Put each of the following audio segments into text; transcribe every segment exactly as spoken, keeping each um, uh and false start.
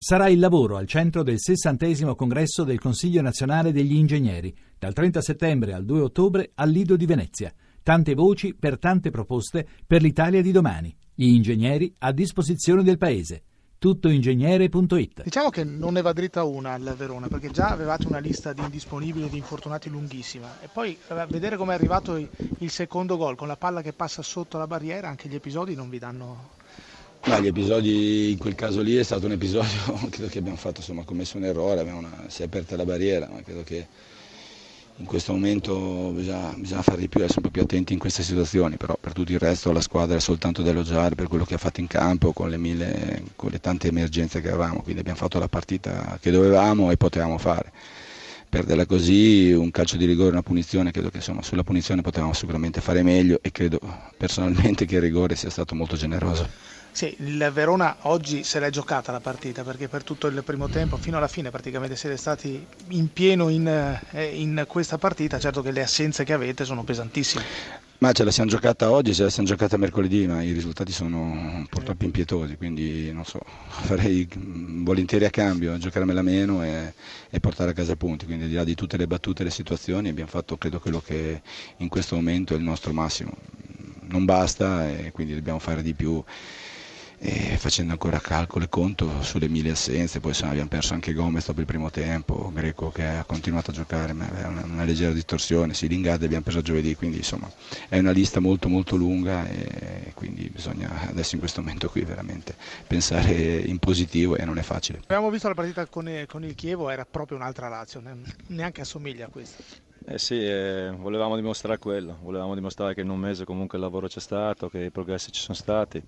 Sarà il lavoro al centro del sessantesimo congresso del Consiglio Nazionale degli Ingegneri, dal trenta settembre al due ottobre al Lido di Venezia. Tante voci per tante proposte per l'Italia di domani. Gli ingegneri a disposizione del Paese. tuttoingegnere punto it. Diciamo che non ne va dritta una al Verona, perché già avevate una lista di indisponibili e di infortunati lunghissima, e poi a vedere come è arrivato il secondo gol con la palla che passa sotto la barriera, anche gli episodi non vi danno... No, gli episodi in quel caso lì è stato un episodio, credo che abbiamo fatto, insomma, commesso un errore, una, si è aperta la barriera, ma credo che in questo momento bisogna, bisogna fare di più, essere un po' più attenti in queste situazioni, però per tutto il resto la squadra è soltanto da elogiare per quello che ha fatto in campo, con le, mille, con le tante emergenze che avevamo, quindi abbiamo fatto la partita che dovevamo e potevamo fare. Perderla così, un calcio di rigore, una punizione, credo che insomma, sulla punizione potevamo sicuramente fare meglio e credo personalmente che il rigore sia stato molto generoso. Sì, il Verona oggi se l'è giocata la partita, perché per tutto il primo tempo, fino alla fine praticamente siete stati in pieno in, eh, in questa partita. Certo che le assenze che avete sono pesantissime. Ma ce la siamo giocata oggi, ce la siamo giocata mercoledì, ma i risultati sono purtroppo impietosi, quindi non so, farei volentieri a cambio, giocarmela meno e, e portare a casa punti, quindi al di là di tutte le battute e le situazioni abbiamo fatto credo quello che in questo momento è il nostro massimo. Non basta e quindi dobbiamo fare di più. E facendo ancora calcolo e conto sulle mille assenze, poi insomma, abbiamo perso anche Gomez dopo il primo tempo, Greco che ha continuato a giocare ma aveva una, una leggera distorsione, sì, Lingard abbiamo preso giovedì, quindi insomma è una lista molto molto lunga e quindi bisogna adesso in questo momento qui veramente pensare in positivo e non è facile. Abbiamo visto la partita con, con il Chievo, era proprio un'altra Lazio, neanche assomiglia a questa. Eh sì, eh, volevamo dimostrare quello, volevamo dimostrare che in un mese comunque il lavoro c'è stato, che i progressi ci sono stati.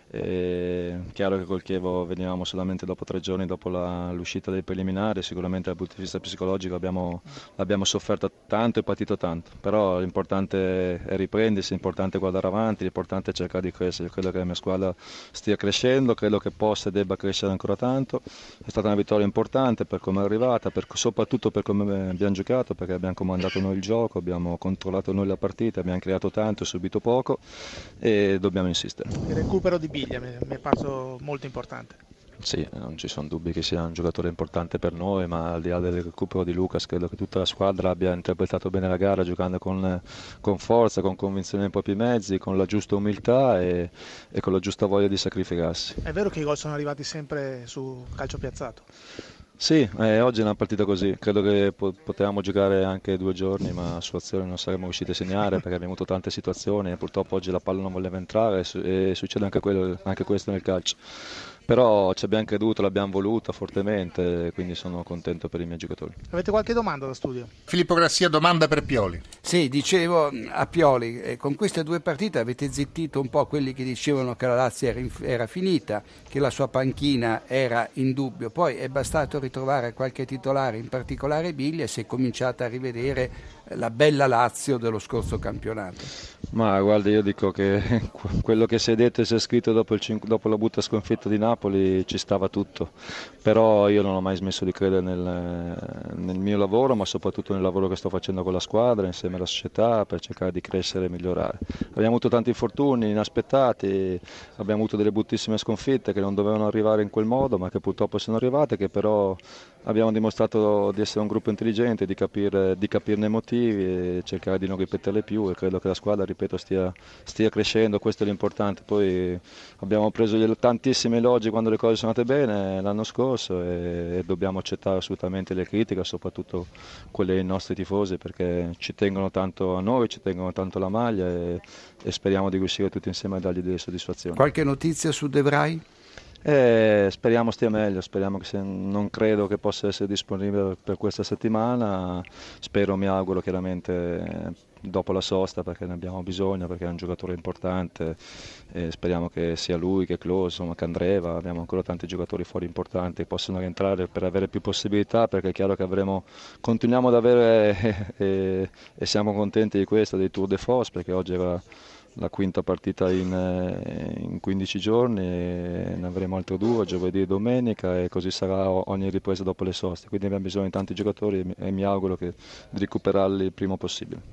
È chiaro che col Chievo venivamo solamente dopo tre giorni dopo la, l'uscita dei preliminari, sicuramente dal punto di vista psicologico abbiamo, abbiamo sofferto tanto e patito tanto, però l'importante è riprendersi, l'importante è guardare avanti, l'importante è cercare di crescere. Io credo che la mia squadra stia crescendo, credo che possa e debba crescere ancora tanto. È stata una vittoria importante per come è arrivata, per, soprattutto per come abbiamo giocato, perché abbiamo comandato noi il gioco, abbiamo controllato noi la partita, abbiamo creato tanto e subito poco e dobbiamo insistere. Il recupero di Biglia mi è parso molto importante. Sì, non ci sono dubbi che sia un giocatore importante per noi, ma al di là del recupero di Lucas credo che tutta la squadra abbia interpretato bene la gara, giocando con, con forza, con convinzione nei propri mezzi, con la giusta umiltà e, e con la giusta voglia di sacrificarsi. È vero che i gol sono arrivati sempre su calcio piazzato? Sì, eh, oggi è una partita così, credo che potevamo giocare anche due giorni, ma su azione non saremmo riusciti a segnare perché abbiamo avuto tante situazioni e purtroppo oggi la palla non voleva entrare e succede anche, quello, anche questo nel calcio. Però ci abbiamo creduto, l'abbiamo voluta fortemente, quindi sono contento per i miei giocatori. Avete qualche domanda da studio? Filippo Grassia, domanda per Pioli. Sì, dicevo a Pioli, eh, con queste due partite avete zittito un po' quelli che dicevano che la Lazio era, era finita, che la sua panchina era in dubbio, poi è bastato ritrovare qualche titolare, in particolare Biglia, e si è cominciata a rivedere la bella Lazio dello scorso campionato. Ma guarda, io dico che quello che si è detto e si è scritto dopo, il cinque, dopo la brutta sconfitta di Napoli ci stava tutto, però io non ho mai smesso di credere nel, nel mio lavoro, ma soprattutto nel lavoro che sto facendo con la squadra, insieme alla società, per cercare di crescere e migliorare. Abbiamo avuto tanti infortuni inaspettati, abbiamo avuto delle bruttissime sconfitte che non dovevano arrivare in quel modo, ma che purtroppo sono arrivate, che però abbiamo dimostrato di essere un gruppo intelligente, di, capire, di capirne i motivi e cercare di non ripeterle più, e credo che la squadra, ripeto, stia, stia crescendo, questo è l'importante. Poi abbiamo preso tantissimi elogi quando le cose sono andate bene l'anno scorso e, e dobbiamo accettare assolutamente le critiche, soprattutto quelle dei nostri tifosi, perché ci tengono tanto a noi, ci tengono tanto alla maglia e, e speriamo di riuscire tutti insieme a dargli delle soddisfazioni. Qualche notizia su De Vrij? Eh, speriamo stia meglio, speriamo che sia, non credo che possa essere disponibile per questa settimana, spero, mi auguro chiaramente dopo la sosta, perché ne abbiamo bisogno, perché è un giocatore importante e speriamo che sia lui, che Klose, insomma, che Andreva, abbiamo ancora tanti giocatori fuori importanti che possono rientrare per avere più possibilità, perché è chiaro che avremo, continuiamo ad avere e, e, e siamo contenti di questo, dei Tour de Force, perché oggi era la quinta partita in, in quindici giorni e ne avremo altre due, giovedì e domenica, e così sarà ogni ripresa dopo le soste, quindi abbiamo bisogno di tanti giocatori e mi auguro che, di recuperarli il prima possibile.